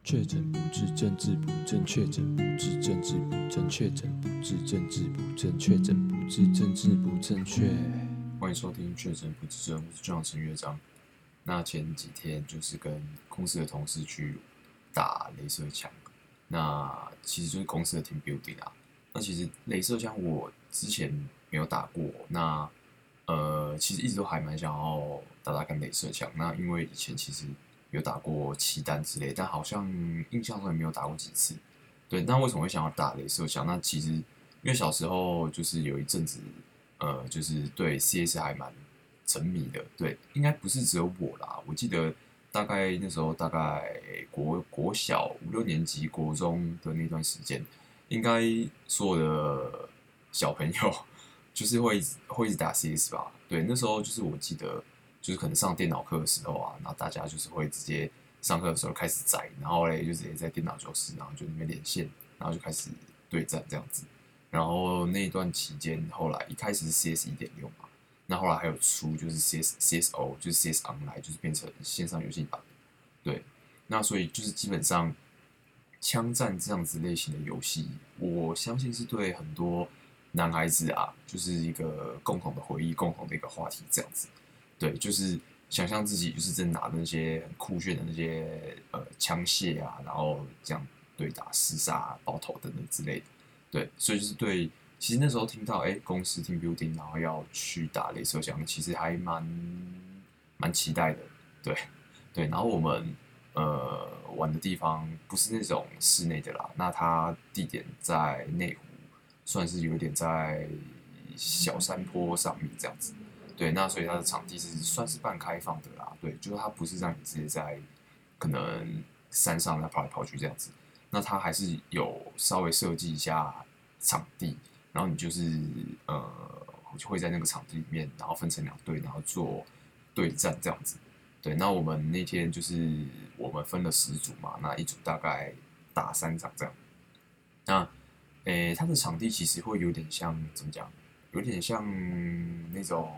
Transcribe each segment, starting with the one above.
确诊不治，政治不正确；诊不治，政治不正确；诊不治，政治不正确；诊不治，政治不正确。 欢迎收听确诊不治症，我是队陈乐章。那前几天就是跟公司的同事去打雷射枪，那其实就是公司的 team building 啊。那其实雷射枪我之前没有打过，那其实一直都还蛮想要打打看雷射枪。那因为以前其实有打过气弹之类，但好像印象中也没有打过几次。对，那为什么会想要打雷射枪？那其实因为小时候就是有一阵子，就是对 CS 还蛮沉迷的。对，应该不是只有我啦。我记得大概那时候大概国小5、6年级、国中的那段时间，应该所有的小朋友就是会一直打 CS 吧。对，那时候就是我记得就是可能上电脑课的时候啊，然后大家就是会直接上课的时候开始载，然后嘞就直接在电脑教室，然后就那边连线，然后就开始对战这样子。然后那一段期间，后来一开始是 CS 1.6嘛，那后来还有出就是 CSO，就是 CS Online，就是变成线上游戏版。对，那所以就是基本上枪战这样子类型的游戏，我相信是对很多男孩子啊，就是一个共同的回忆，共同的一个话题这样子。对，就是想象自己就是真拿着那些很酷炫的那些枪械啊，然后这样对打、厮杀、爆头等等之类的。对，所以就是对，其实那时候听到公司 team building，然后要去打镭射枪，其实还蛮期待的。对对，然后我们玩的地方不是那种室内的啦，那它地点在内湖，算是有点在小山坡上面这样子。对，那所以它的场地是算是半开放的啦。对，就是它不是让你直接在可能山上那跑来跑去这样子。那它还是有稍微设计一下场地，然后你就是呃会在那个场地里面，然后分成2队，然后做对战这样子。对，那我们那天就是我们分了10组嘛，那一组大概打3场这样。那它的场地其实会有点像怎么讲？有点像那种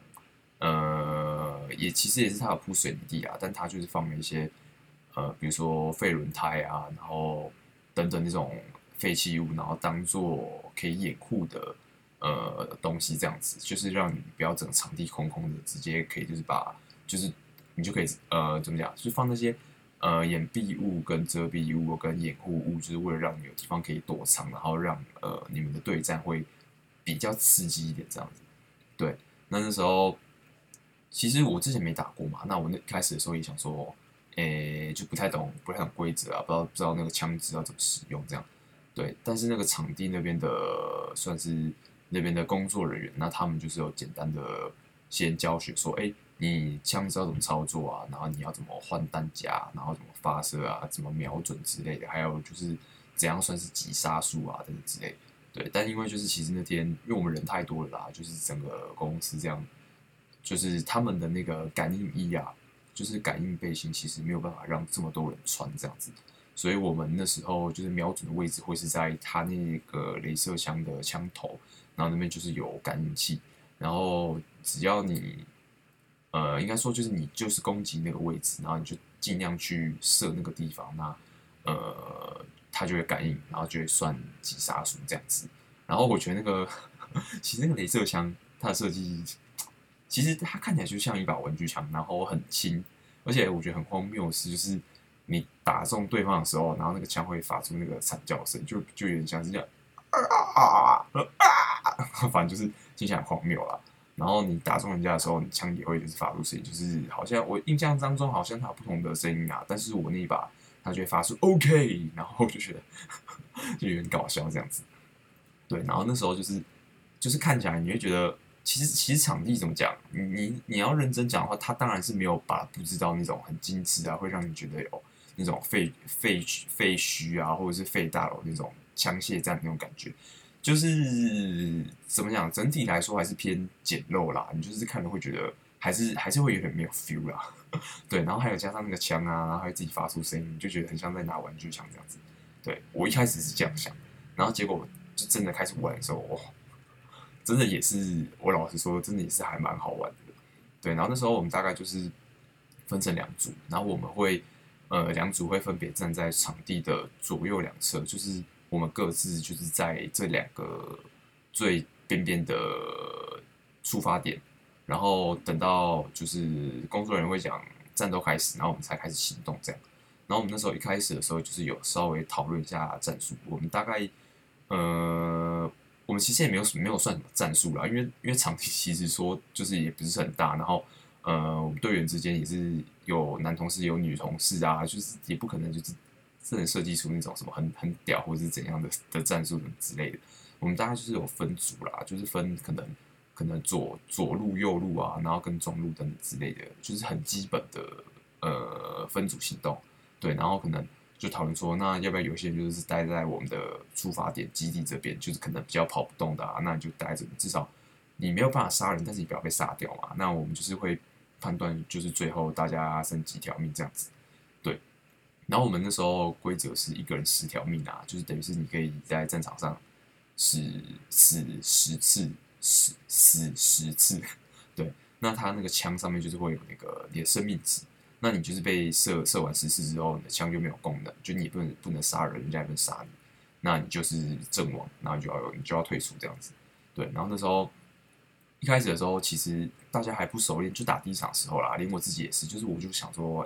也其实也是它有铺水泥地啊，但它就是放了一些比如说废轮胎啊，然后等等那种废弃物，然后当做可以掩护的东西，这样子就是让你不要整个场地空空的，直接可以就是把就是你就可以怎么讲，就是放那些掩蔽物跟遮蔽物跟掩护物，就是为了让你有地方可以躲藏，然后让你们的对战会比较刺激一点这样子。对，那时候其实我之前没打过嘛，那我那开始的时候也想说，就不太懂规则啊，不知道那个枪支要怎么使用这样。对，但是那个场地那边的算是那边的工作人员，那他们就是有简单的先教学说，你枪支要怎么操作啊，然后你要怎么换弹夹，然后怎么发射啊，怎么瞄准之类的，还有就是怎样算是击杀数啊等等之类的。对，但因为就是其实那天因为我们人太多了啦，就是整个公司这样，就是他们的那个感应衣啊，就是感应背心，其实没有办法让这么多人穿这样子，所以我们那时候就是瞄准的位置会是在他那个镭射枪的枪头，然后那边就是有感应器，然后只要你应该说就是你就是攻击那个位置，然后你就尽量去射那个地方，那它就会感应，然后就会算击杀数这样子。然后我觉得那个其实那个镭射枪它的设计，其实它看起来就像一把玩具枪，然后很轻，而且我觉得很荒谬的是，就是你打中对方的时候，然后那个枪会发出那个惨叫声，就有点像是这样反正就是听起来很荒谬啦。然后你打中人家的时候，你枪也会就是发出声音，就是好像我印象当中好像它有不同的声音啊，但是我那一把它就会发出 OK，然后我就觉得就有点搞笑这样子。对，然后那时候就是看起来你会觉得，其实场地怎么讲，你要认真讲的话，它当然是没有把它布置到那种很精致啊，会让你觉得有那种废墟啊，或者是废大楼那种枪械战那种感觉。就是怎么讲，整体来说还是偏简陋啦，你就是看了会觉得还是会有点没有 feel 啦。对，然后还有加上那个枪啊，然后还自己发出声音，就觉得很像在拿玩具枪这样子。对，我一开始是这样想，然后结果就真的开始玩的时候，哇，真的也是，我老实说，真的也是还蛮好玩的。对，然后那时候我们大概就是分成2组，然后我们会两组会分别站在场地的左右两侧，就是我们各自就是在这两个最边边的出发点，然后等到就是工作人员会讲战斗开始，然后我们才开始行动这样。然后我们那时候一开始的时候，就是有稍微讨论一下战术。我们大概我们其实也没有算什么战术啦，因为场地其实说就是也不是很大，然后我们队员之间也是有男同事有女同事啊，就是也不可能就是真的设计出那种什么很屌或者是怎样的战术之类的。我们大概就是有分组啦，就是分可能左路右路啊，然后跟中路等等之类的，就是很基本的分组行动。对，然后可能就讨论说，那要不要有些人就是待在我们的出发点基地这边，就是可能比较跑不动的啊，那你就待在这边，至少你没有办法杀人，但是你不要被杀掉嘛。那我们就是会判断，就是最后大家剩几条命这样子。对，然后我们那时候规则是一个人10条命啊，就是等于是你可以在战场上死10次，死10次。对，那他那个枪上面就是会有那个你的生命值。那你就是被射完10次之后，你的枪就没有功能，就你也不能杀人，人家也不能杀你，那你就是阵亡，然后你就要退出这样子。对，然后那时候一开始的时候，其实大家还不熟练，就打第一场的时候啦，连我自己也是，就是我就想说，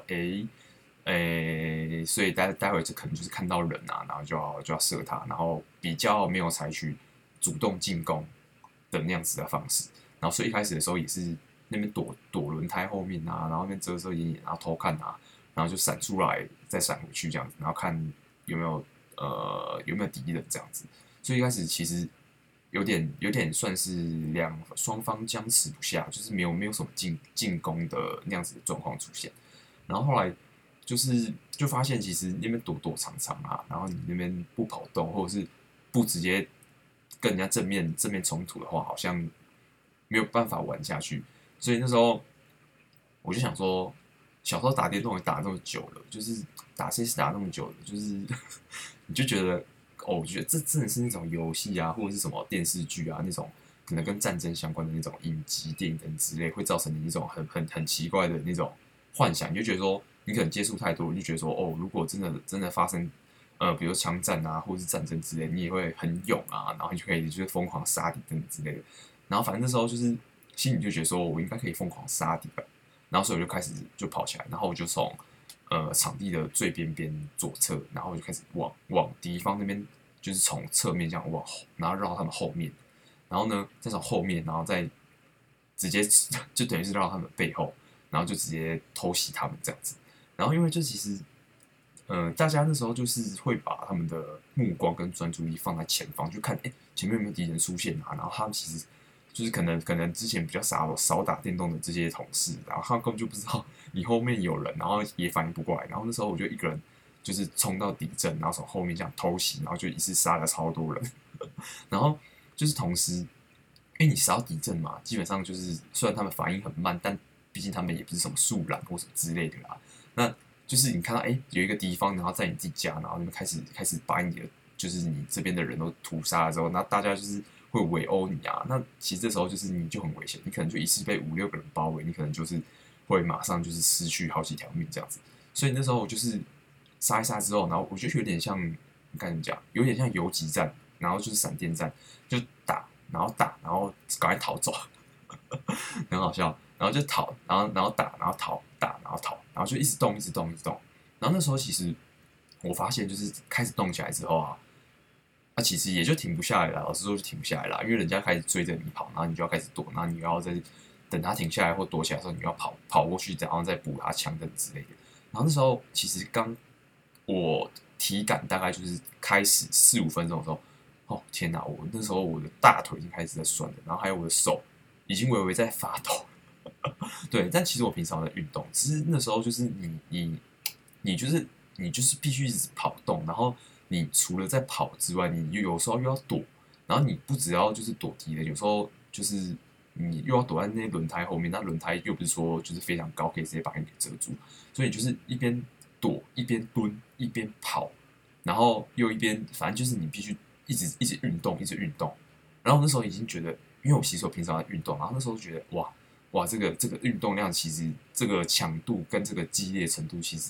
所以待会这可能就是看到人啊，然后就要射他，然后比较没有采取主动进攻的那样子的方式，然后所以一开始的时候也是那边躲轮胎后面啊，然后那边遮遮掩掩，然后偷看啊，然后就闪出来再闪回去这样子，然后看有没有敌人这样子，所以一开始其实有点算是双方僵持不下，就是没有什么进攻的那样子的状况出现，然后后来就发现其实那边躲藏藏啊，然后你那边不跑动或者是不直接跟人家正面冲突的话，好像没有办法玩下去。所以那时候我就想说，小时候打电动也打那么久了，就是打 CS 打那么久了，就是你就觉得哦，我觉得这真的是那种游戏啊，或者是什么电视剧啊那种。可能跟战争相关的那种影集、电影等之类，会造成你一种很奇怪的那种幻想，你就觉得说，你可能接触太多，你就觉得说，哦，如果真的发生，比如枪战啊，或者是战争之类，你也会很勇啊，然后你就可以就是疯狂杀敌等等之类的。然后反正那时候就是心里就觉得说，我应该可以疯狂杀敌吧。然后所以我就开始就跑起来，然后我就从场地的最边边左侧，然后我就开始往敌方那边，就是从侧面这样往后，然后绕他们后面。然后呢，再从后面，然后再直接就等于是绕他们背后，然后就直接偷袭他们这样子。然后因为就其实，大家那时候就是会把他们的目光跟专注力放在前方，就看前面有没有敌人出现啊。然后他们其实就是可能之前比较少打电动的这些同事，然后他们根本就不知道你后面有人，然后也反应不过来。然后那时候我就一个人就是冲到敌阵，然后从后面这样偷袭，然后就一次杀了超多人，然后。就是同时，因为你杀到敌阵嘛，基本上就是虽然他们反应很慢，但毕竟他们也不是什么树懒或什么之类的啦。那就是你看到有一个敌方，然后在你自己家，然后你们开始把你的就是你这边的人都屠杀了之后，那大家就是会围殴你啊。那其实这时候就是你就很危险，你可能就一次被5、6个人包围，你可能就是会马上就是失去好几条命这样子。所以那时候我就是杀一杀之后，然后我觉得有点像该怎么讲，有点像游击战。然后就是闪电战，就打，然后打，然后赶快逃走，很好笑。然后就逃，然后打，然后逃，打，然后逃，然后就一直动，一直动，一直动。然后那时候其实我发现，就是开始动起来之后啊，那其实也就停不下来了。老实说，就停不下来了，因为人家开始追着你跑，然后你就要开始躲，然后你要在等他停下来或躲起来的时候，你要跑过去，然后再补他枪等之类的。然后那时候其实我体感大概就是开始4、5分钟的时候。哦天哪！我那时候我的大腿已经开始在酸了，然后还有我的手已经微微在发抖。对，但其实我平常在运动，只是那时候就是你就是必须一直跑动，然后你除了在跑之外，你有时候又要躲，然后你不只要就是躲敌人，有时候就是你又要躲在那些轮胎后面，那轮胎又不是说就是非常高，可以直接把你给遮住，所以就是一边躲一边蹲一边跑，然后又一边反正就是你必须。一直运动，一直运动，然后那时候已经觉得，因为我其实我平常在运动，然后那时候觉得哇，这个运动量其实这个强度跟这个激烈程度，其实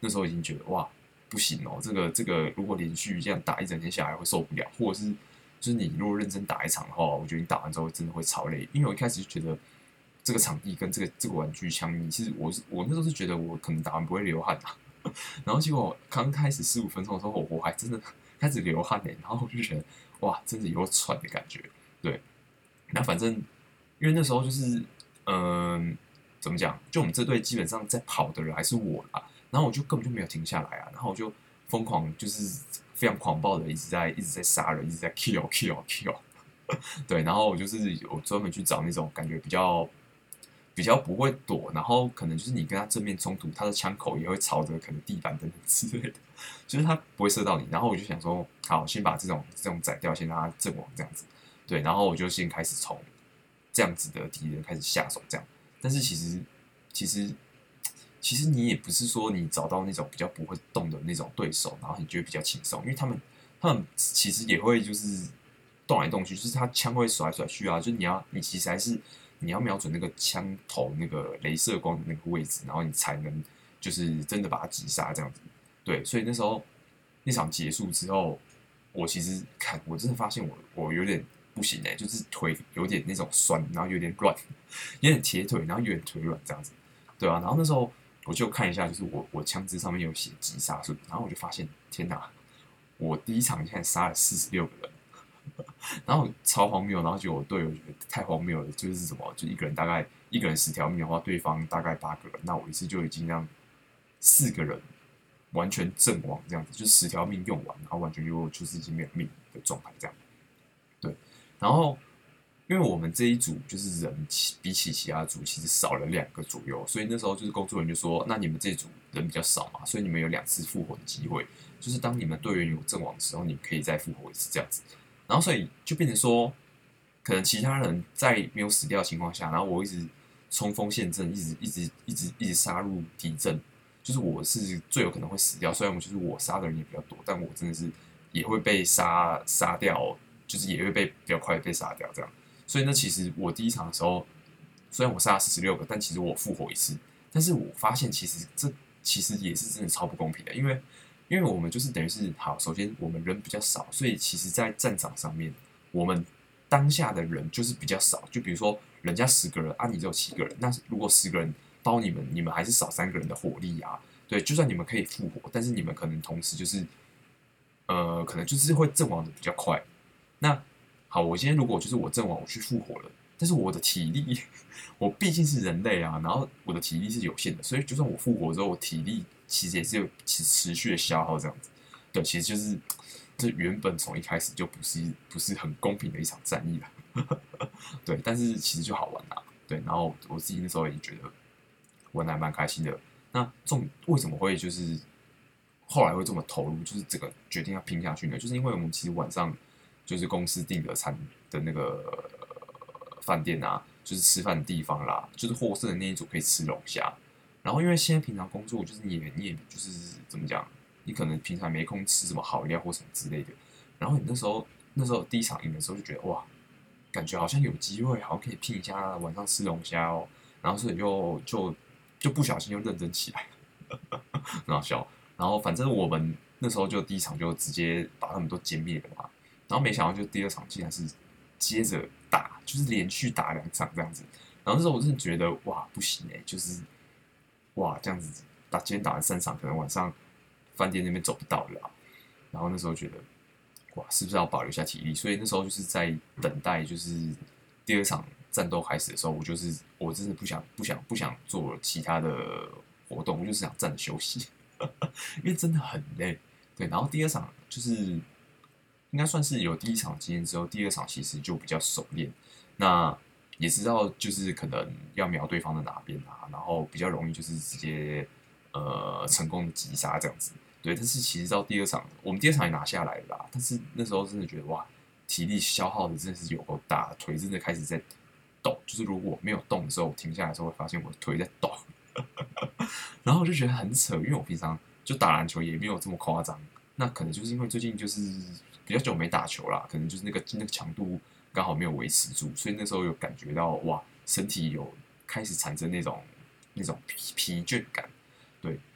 那时候已经觉得哇不行哦，这个如果连续这样打一整天下来会受不了，或者是就是你如果认真打一场的话，我觉得你打完之后真的会超累，因为我一开始就觉得这个场地跟这个玩具枪，其实我那时候是觉得我可能打完不会流汗啊，然后结果刚开始15分钟的时候，我还真的开始流汗然后我就觉得哇，真的有喘的感觉，对，那反正因为那时候就是怎么讲，就我们这队基本上在跑的人还是我啦，然后我就根本就没有停下来啊，然后我就疯狂就是非常狂暴的一直在杀人，一直在 kill，对，然后我就是有专门去找那种感觉比较不会躲，然后可能就是你跟他正面冲突，他的枪口也会朝着可能地板等等之类的，就是他不会射到你。然后我就想说，好，先把这种宰掉，先让他阵亡这样子。对，然后我就先开始从这样子的敌人开始下手，这样。但是其实其实你也不是说你找到那种比较不会动的那种对手，然后你觉得比较轻松，因为他们其实也会就是动来动去，就是他枪会甩来甩去啊，就是你其实还是你要瞄准那个枪头那个镭射光的那个位置，然后你才能就是真的把它击杀这样子。对，所以那时候那场结束之后，我其实我真的发现我有点不行就是腿有点那种酸，然后有点软，有点铁腿，然后有点腿软这样子。对啊，然后那时候我就看一下，就是我枪支上面有写击杀数，然后我就发现天哪，我第一场现在杀了46个人。然后超荒谬，然后我队友觉得太荒谬了，就是什么，就一个人10条命的话，对方大概8个人，那我一次就已经让4个人完全阵亡，这样子，就10条命用完，然后完全就是已经没有命的状态这样。对，然后因为我们这一组就是人比起其他组其实少了2个左右，所以那时候就是工作人员就说，那你们这组人比较少嘛，所以你们有2次复活的机会，就是当你们队员有阵亡的时候，你们可以再复活一次这样子。然后所以就变成说，可能其他人在没有死掉的情况下，然后我一直冲锋陷阵，一直杀入敌阵，就是我是最有可能会死掉。虽然我杀的人也比较多，但我真的是也会被杀掉，就是也会被比较快被杀掉这样。所以呢，其实我第一场的时候，虽然我杀了46个，但其实我复活一次。但是我发现这其实也是真的超不公平的，因为我们就是等于是好，首先我们人比较少，所以其实在战场上面，我们当下的人就是比较少。就比如说人家10个人啊，你只有7个人，那如果10个人包你们还是少3个人的火力啊。对，就算你们可以复活，但是你们可能同时就是可能就是会阵亡的比较快。那好，我今天如果就是我阵亡我去复活了，但是我的体力，我毕竟是人类啊，然后我的体力是有限的，所以就算我复活之后，我体力其实也是有持续的消耗这样子。对，其实就是这原本从一开始就不是很公平的一场战役了。对，但是其实就好玩啦。对，然后我自己那时候也觉得玩的还蛮开心的。那为什么会就是后来会这么投入，就是这个决定要拼下去呢？就是因为我们其实晚上就是公司订的餐的那个饭店啊，就是吃饭的地方啦，就是获胜的那一组可以吃龙虾。然后因为现在平常工作就是你也就是怎么讲，你可能平常没空吃什么好料或什么之类的。然后你那时候第一场赢的时候就觉得哇，感觉好像有机会，好像可以拼一下晚上吃龙虾哦。然后所以就不小心就认真起来，很好笑。然后反正我们那时候就第一场就直接把他们都歼灭了嘛。然后没想到就第二场竟然是接着打，就是连续打2场这样子。然后那时候我真的觉得哇不行就是哇这样子今天打完3场，可能晚上饭店那边走不到了啦。然后那时候觉得哇是不是要保留一下体力？所以那时候就是在等待，就是第二场战斗开始的时候，我真的不想做其他的活动，我就是想站着休息，因为真的很累。对，然后第二场就是应该算是有第一场经验之后，第二场其实就比较熟练，那也知道就是可能要瞄对方的哪边啊，然后比较容易就是直接成功的击杀这样子。对，但是其实到第二场，我们第二场也拿下来了啦，但是那时候真的觉得哇，体力消耗的真的是有够大，腿真的开始在抖，就是如果没有动的时候，我停下来的时候会发现我的腿在抖，然后我就觉得很扯，因为我平常就打篮球也没有这么夸张，那可能就是因为最近就是比较久没打球啦，可能就是那个强度刚好没有维持住，所以那时候有感觉到哇，身体有开始产生那种疲倦感，对。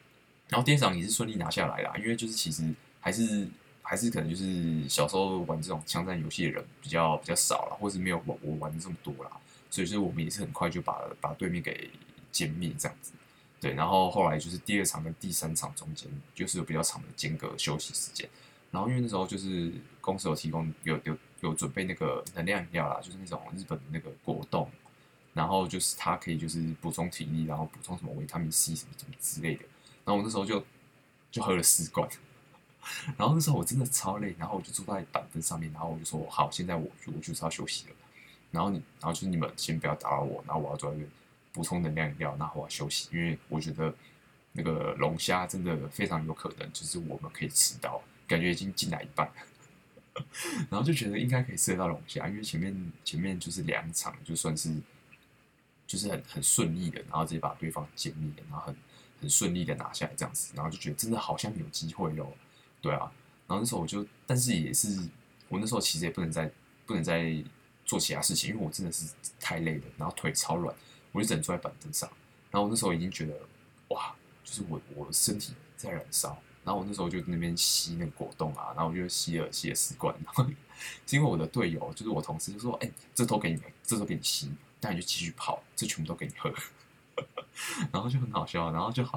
然后第二场也是顺利拿下来啦，因为就是其实还是可能就是小时候玩这种枪战游戏的人比较少啦，或是没有我玩的这么多啦，所以就是我们也是很快就把对面给歼灭这样子。对，然后后来就是第二场跟第三场中间就是有比较长的间隔休息时间，然后因为那时候就是公司有提供有准备那个能量饮料啦，就是那种日本的那个果冻，然后就是它可以就是补充体力，然后补充什么维他命 C 什么之类的，然后我那时候就喝了4罐，然后那时候我真的超累，然后我就坐在板凳上面，然后我就说好，现在我就是要休息了。然后就是你们先不要打扰我，然后我要坐在那边补充能量饮料，然后我要休息，因为我觉得那个龙虾真的非常有可能就是我们可以吃到，感觉已经进来一半了，然后就觉得应该可以吃得到龙虾，因为前面就是2场就算是就是很顺利的，然后直接把对方歼灭，然后很顺利的拿下来这样子，然后就觉得真的好像有机会咯，对啊，然后那时候我就，但是也是我那时候其实也不能再做其他事情，因为我真的是太累了，然后腿超软，我就只能坐在板凳上，然后我那时候已经觉得哇，就是我的身体在燃烧，然后我那时候就在那边吸那个果冻啊，然后我就吸了4罐，然后是因为我的队友就是我同事就说，哎、这都给你，这都给你吸，那你就继续跑，这全部都给你喝，然后就很好笑，然后就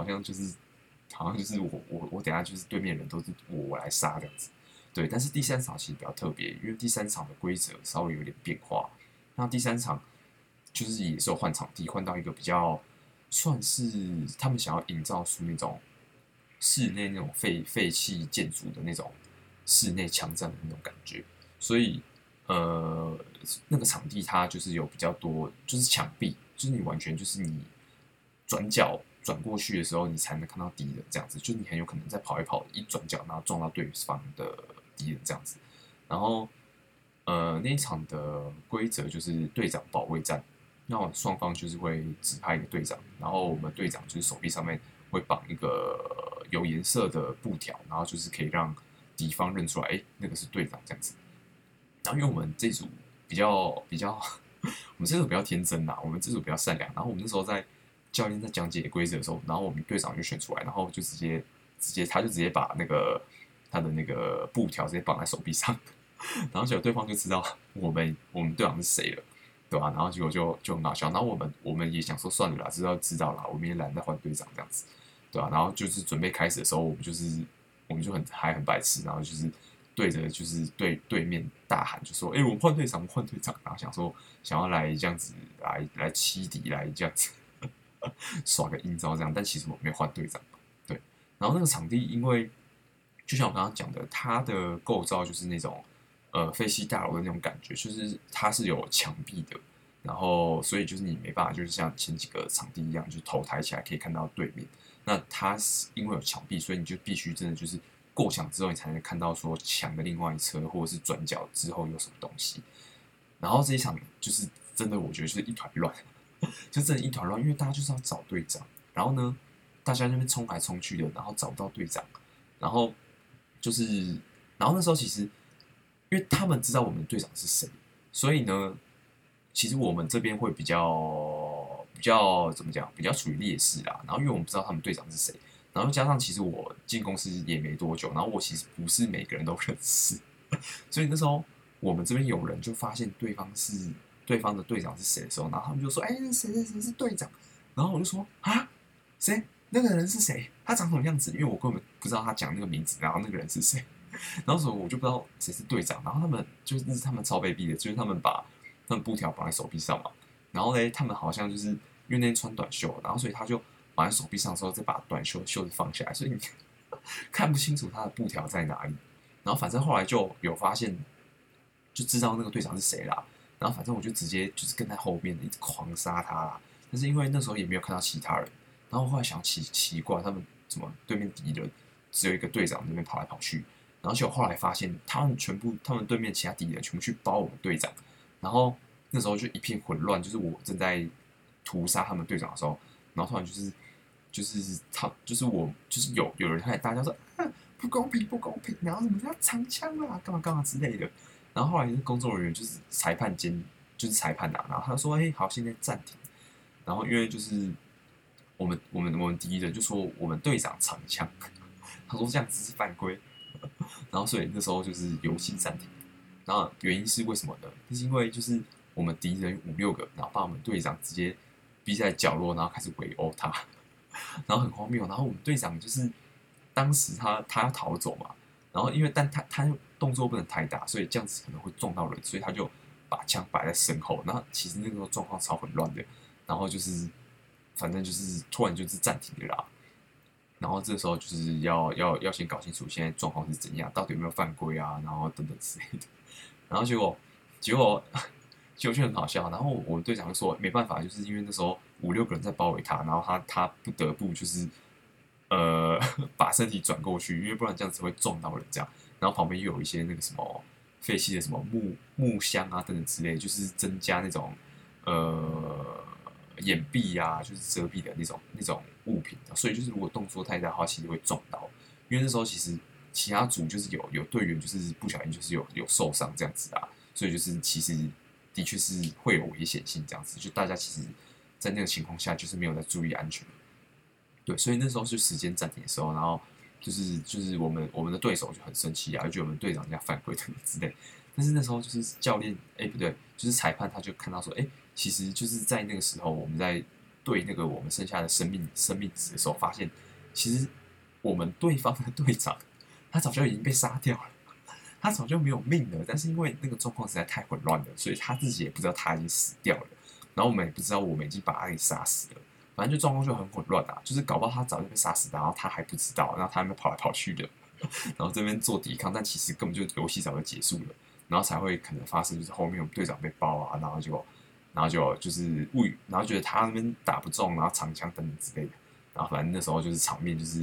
好像就是我等下就是对面人都是我来杀这样子，对。但是第三场其实比较特别，因为第三场的规则稍微有点变化。那第三场就是也是有换场地，换到一个比较算是他们想要营造出那种室内那种废弃建筑的那种室内枪战的那种感觉，所以呃那个场地它就是有比较多就是墙壁，就是你完全就是你转角转过去的时候，你才能看到敌人这样子，就你很有可能在跑一跑，一转角然后撞到对方的敌人这样子。然后那一场的规则就是队长保卫战，那双方就是会指派一个队长，然后我们队长就是手臂上面会绑一个有颜色的布条，然后就是可以让敌方认出来，哎，那个是队长这样子。然后因为我们这组比较，我们这组比较天真啦，我们这组比较善良。然后我们那时候教练在讲解规则的时候，然后我们队长就选出来，然后就他就直接把他的那个布条直接绑在手臂上，然后结果对方就知道我们队长是谁了，对吧、然后结果就很搞笑。然后我们也想说算了啦，知道啦，我们也懒得换队长这样子，对吧、然后就是准备开始的时候，我们就很白痴，然后就是对着就是对面大喊，就说："哎、我们换队长，我们换队长！"然后想要来这样子来欺敌，来这样子耍个阴招这样，但其实我没有换队长，对。然后那个场地，因为就像我刚刚讲的，它的构造就是那种废弃大楼的那种感觉，就是它是有墙壁的，然后所以就是你没办法，就是像前几个场地一样，就是头抬起来可以看到对面。那它是因为有墙壁，所以你就必须真的就是过墙之后，你才能看到说墙的另外一侧或者是转角之后有什么东西。然后这一场就是真的，我觉得就是一团乱，就真的一团乱，因为大家就是要找队长，然后呢，大家那边冲来冲去的，然后找不到队长，然后就是，然后那时候其实因为他们知道我们队长是谁，所以呢，其实我们这边会比较怎么讲，比较处于劣势啦。然后因为我们不知道他们队长是谁，然后加上其实我进公司也没多久，然后我其实不是每个人都认识，所以那时候我们这边有人就发现对方的队长是谁的时候，然后他们就说：“哎，谁谁谁是队长？”然后我就说：“啊，谁？那个人是谁？他长什么样子？”因为我根本不知道他讲那个名字，然后那个人是谁。然后所以我就不知道谁是队长，然后他们超卑鄙的，就是他们布条绑在手臂上嘛，然后嘞，他们好像就是因为那天穿短袖，然后所以他就绑在手臂上的时候再把短袖子放下来，所以你看不清楚他的布条在哪里。然后反正后来就有发现，就知道那个队长是谁啦。然后反正我就直接就是跟在后面一直狂杀他啦。但是因为那时候也没有看到其他人，然后后来想奇怪，他们怎么对面敌人只有一个队长那边跑来跑去，然后结果后来发现他们对面其他敌人全部去包我们队长，然后那时候就一片混乱，就是我正在屠杀他们队长的时候，然后突然就是我就是有人开始大家说啊不公平不公平，然后什么要长枪啊干嘛之类的，然后后来工作人员就是裁判兼就是裁判啊，然后他说哎好现在暂停，然后因为就是我们敌人就说我们队长长枪，他说这样子是犯规，然后所以那时候就是游戏暂停。然后原因是为什么呢？就是因为就是我们敌人5、6个，然后把我们队长直接逼在角落，然后开始围殴他，然后很荒谬。然后我们队长就是当时他要逃走嘛，然后因为他又动作不能太大，所以这样子可能会撞到人，所以他就把枪摆在身后。然后其实那个状况超混乱的，然后就是反正就是突然就是暂停了啦。然后这时候就是要先搞清楚现在状况是怎样，到底有没有犯规啊，然后等等之类的。然后结果就很好笑。然后我们队长就说没办法，就是因为那时候5、6个人在包围他，然后他不得不就是把身体转过去，因为不然这样子会撞到人这样。然后旁边又有一些那个什么废弃的什么木箱啊等等之类的，就是增加那种掩蔽啊，就是遮蔽的那种物品的。所以就是如果动作太大的话，其实会撞到。因为那时候其实其他组就是有队员就是不小心就是有受伤这样子啊，所以就是其实的确是会有危险性这样子。就大家其实，在那个情况下就是没有在注意安全。对，所以那时候是时间暂停的时候，然后就是我们的对手就很生气啊，就觉得我们队长家犯规等之类。但是那时候就是教练，哎不对，就是裁判他就看到说，哎，其实就是在那个时候我们在对那个我们剩下的生命值的时候，发现其实我们对方的队长他早就已经被杀掉了，他早就没有命了。但是因为那个状况实在太混乱了，所以他自己也不知道他已经死掉了，然后我们也不知道我们已经把他给杀死了。反正就状况就很混乱啊，就是搞不好他早就被杀死，然后他还不知道，然后他还没跑来跑去的，然后这边做抵抗，但其实根本就游戏早就结束了，然后才会可能发生就是后面我们队长被包啊，然后就是物语，然后觉得他那边打不中，然后长枪等等之类的，然后反正那时候就是场面就是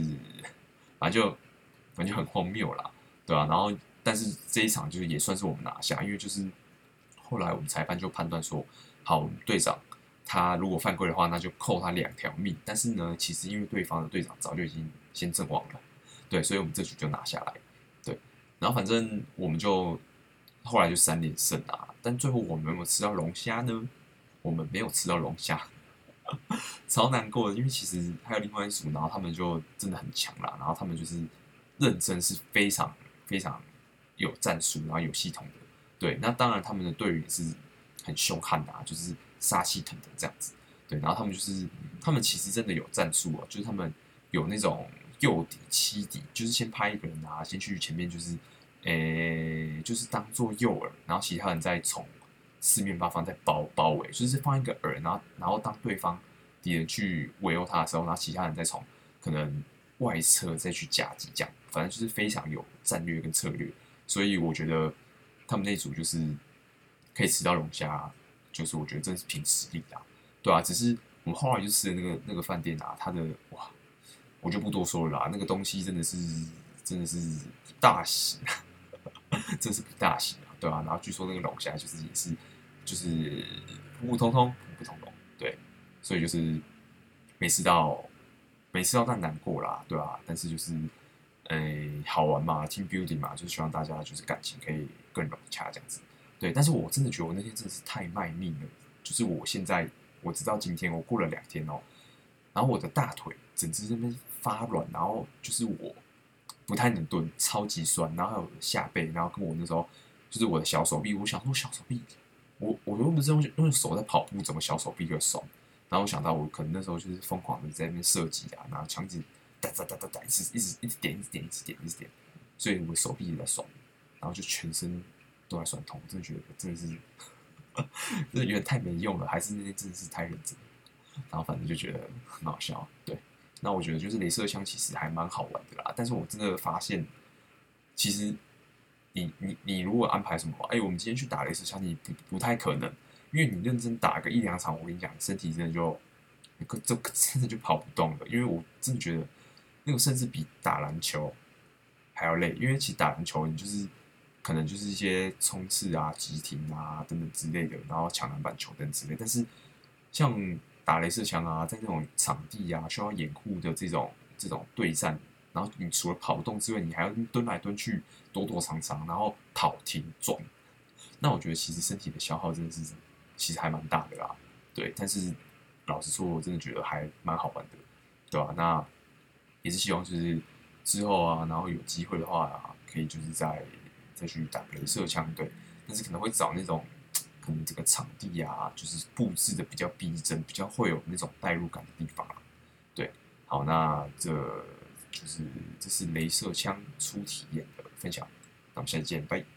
反正就很荒谬啦，对吧、然后但是这一场就是也算是我们拿下，因为就是后来我们裁判就判断说，好，我们队长他如果犯规的话，那就扣他2条命。但是呢，其实因为对方的队长早就已经先阵亡了，对，所以我们这局就拿下来，对。然后反正我们就后来就3连胜啊，但最后我们有没有吃到龙虾呢？我们没有吃到龙虾，超难过的。因为其实还有另外一组，然后他们就真的很强啦，然后他们就是认真是非常非常有战术，然后有系统的。对，那当然他们的队员也是很凶悍的啊，就是杀气腾腾这样子。对，然后他们其实真的有战术哦，就是他们有那种诱敌、欺敌，就是先派一个人啊，先去前面就是就是当做诱饵，然后其他人再从四面八方再包围，就是放一个饵，然后当对方敌人去围殴他的时候，然后其他人再从可能外侧再去夹击，这样，反正就是非常有战略跟策略。所以我觉得他们那组就是可以吃到龙虾，就是我觉得真的是凭实力啊，对啊，只是我们后来就吃的那个饭店啊，它的哇，我就不多说了啦，那个东西真的是不大行，真是不大行啊，对啊，然后据说那个龙虾就是也是就是普普通通，普普通通，对，所以就是没吃到没吃到但难过啦，对啊，但是就是好玩嘛，team building 嘛，就是希望大家就是感情可以更融洽这样子，对，但是我真的觉得我那天真的是太卖命了，就是我现在我直到今天我过了2天哦，然后我的大腿整只那边发软，然后就是我不太能蹲，超级酸，然后还有下背，然后跟我那时候就是我的小手臂，我想说小手臂，我又不是用手在跑步，怎么小手臂就酸？然后我想到我可能那时候就是疯狂的在那边射击啊，然后枪支哒哒哒哒哒，一直点一直点一直点一直点，所以我手臂也在酸，然后就全身都在酸痛，我真的觉得真的是真的有点太没用了，还是那天真的是太认真了，然后反正就觉得很好笑，对。那我觉得就是镭射枪其实还蛮好玩的啦，但是我真的发现，其实你如果安排什么，哎，我们今天去打镭射枪，你不太可能，因为你认真打个1、2场，我跟你讲，身体真的真的就跑不动了，因为我真的觉得那个甚至比打篮球还要累，因为其实打篮球你就是可能就是一些冲刺啊、急停啊等等之类的，然后抢篮板球等之类，但是像打镭射枪啊，在那种场地啊需要掩护的这种对战，然后你除了跑动之外，你还要蹲来蹲去、躲躲藏藏，然后跑停转。那我觉得其实身体的消耗真的是其实还蛮大的啦。对，但是老实说，我真的觉得还蛮好玩的。 对吧、那也是希望就是之后啊，然后有机会的话啊，可以就是再去打镭射枪，对，但是可能会找那种可能这个场地啊，就是布置的比较逼真，比较会有那种代入感的地方啊。对，好，那这是镭射枪初体验的分享，那我们下次见，拜。